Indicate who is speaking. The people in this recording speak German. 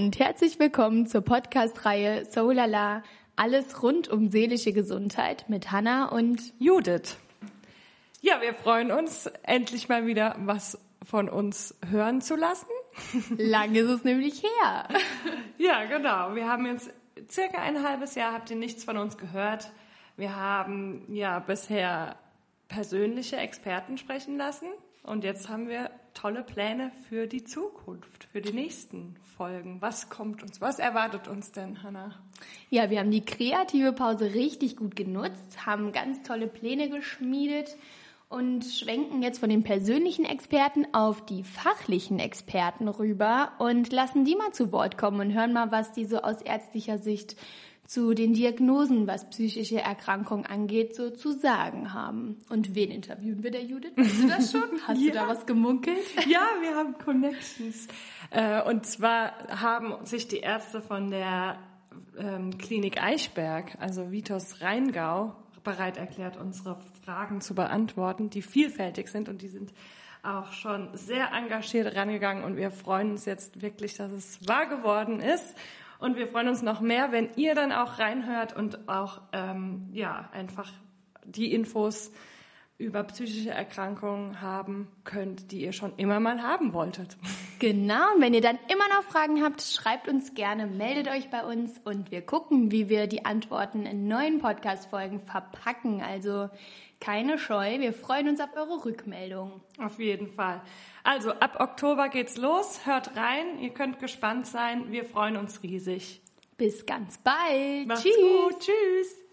Speaker 1: und herzlich willkommen zur Podcast-Reihe So Lala, alles rund um seelische Gesundheit mit Hannah und
Speaker 2: Judith. Ja, wir freuen uns, endlich mal wieder was von uns hören zu lassen.
Speaker 1: Lang ist es nämlich her.
Speaker 2: Ja, genau. Wir haben jetzt circa ein halbes Jahr, habt ihr nichts von uns gehört. Wir haben ja bisher persönliche Experten sprechen lassen und jetzt haben wir tolle Pläne für die Zukunft, für die nächsten Folgen. Was kommt uns? Was erwartet uns denn, Hannah?
Speaker 1: Ja, wir haben die kreative Pause richtig gut genutzt, haben ganz tolle Pläne geschmiedet und schwenken jetzt von den persönlichen Experten auf die fachlichen Experten rüber und lassen die mal zu Wort kommen und hören mal, was die so aus ärztlicher Sicht zu den Diagnosen, was psychische Erkrankungen angeht, so zu sagen haben. Und wen interviewen wir, der Judith? Weißt du das schon? Hast du da was gemunkelt?
Speaker 2: Ja, wir haben Connections. Und zwar haben sich die Ärzte von der Klinik Eichberg, also Vitos Rheingau, bereit erklärt, unsere Fragen zu beantworten, die vielfältig sind und die sind auch schon sehr engagiert rangegangen und wir freuen uns jetzt wirklich, dass es wahr geworden ist. Und wir freuen uns noch mehr, wenn ihr dann auch reinhört und auch einfach die Infos über psychische Erkrankungen haben könnt, die ihr schon immer mal haben wolltet.
Speaker 1: Genau, und wenn ihr dann immer noch Fragen habt, schreibt uns gerne, meldet euch bei uns und wir gucken, wie wir die Antworten in neuen Podcast-Folgen verpacken. Also keine Scheu, wir freuen uns auf eure Rückmeldungen.
Speaker 2: Auf jeden Fall. Also ab Oktober geht's los, hört rein, ihr könnt gespannt sein, wir freuen uns riesig.
Speaker 1: Bis ganz bald.
Speaker 2: Macht's
Speaker 1: Tschüss.
Speaker 2: gut, tschüss.